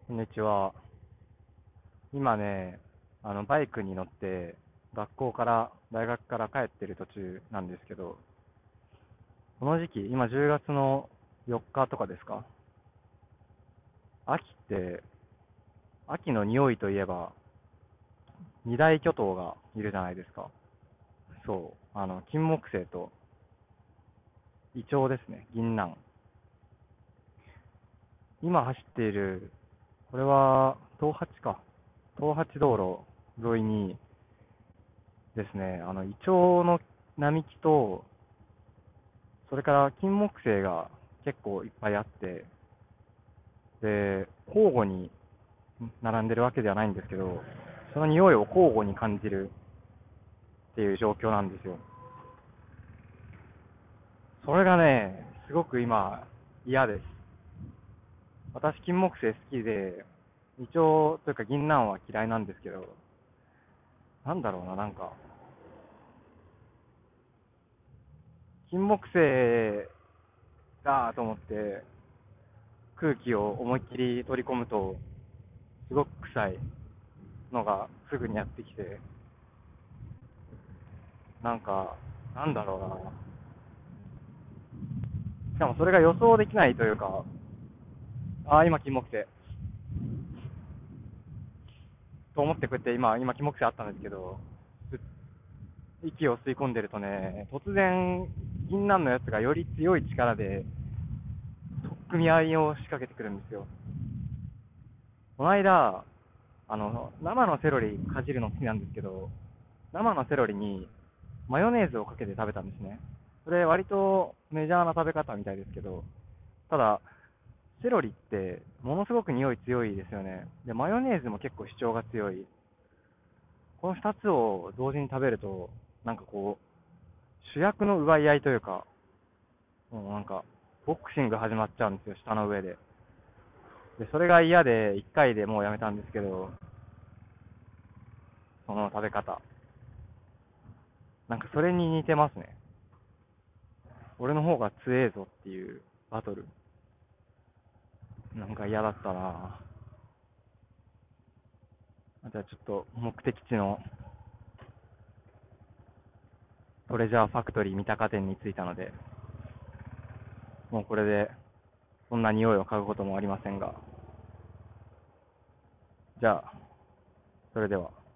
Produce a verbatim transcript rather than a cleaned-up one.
こんにちは。今ね、あの、バイクに乗って、学校から、大学から帰ってる途中なんですけど、この時期、今じゅうがつのよっかとかですか？秋って、秋の匂いといえば、二大巨頭がいるじゃないですか。そう、あの、金木犀とイチョウですね、銀杏。今走っている、これは、東八か。東八道路沿いにですね、あの、イチョウの並木と、それから金木犀が結構いっぱいあって、で、交互に並んでるわけではないんですけど、その匂いを交互に感じるっていう状況なんですよ。それがね、すごく今嫌です。私、金木犀好きで、イチョウというか銀杏は嫌いなんですけど、なんだろうな、なんか、金木犀だと思って空気を思いっきり取り込むと、すごく臭いのがすぐにやってきて、なんか、なんだろうな。しかもそれが予想できないというか、ああ、今金木犀と思ってくれて、今、今金木犀あったんですけど、息を吸い込んでるとね、突然、銀杏のやつがより強い力で、取っ組み合いを仕掛けてくるんですよ。この間、あの、生のセロリかじるの好きなんですけど、生のセロリにマヨネーズをかけて食べたんですね。それ割とメジャーな食べ方みたいですけど、ただ、セロリってものすごく匂い強いですよね。で、マヨネーズも結構主張が強い。この二つを同時に食べると、なんかこう、主役の奪い合いというか、もうなんか、ボクシング始まっちゃうんですよ、舌の上で。で、それが嫌で、一回でもうやめたんですけど、その食べ方。なんかそれに似てますね。俺の方が強えぞっていうバトル。なんか嫌だったな。じゃあちょっと目的地のトレジャーファクトリー三鷹店に着いたので、もうこれでそんな匂いを嗅ぐこともありませんが、じゃあ、それでは。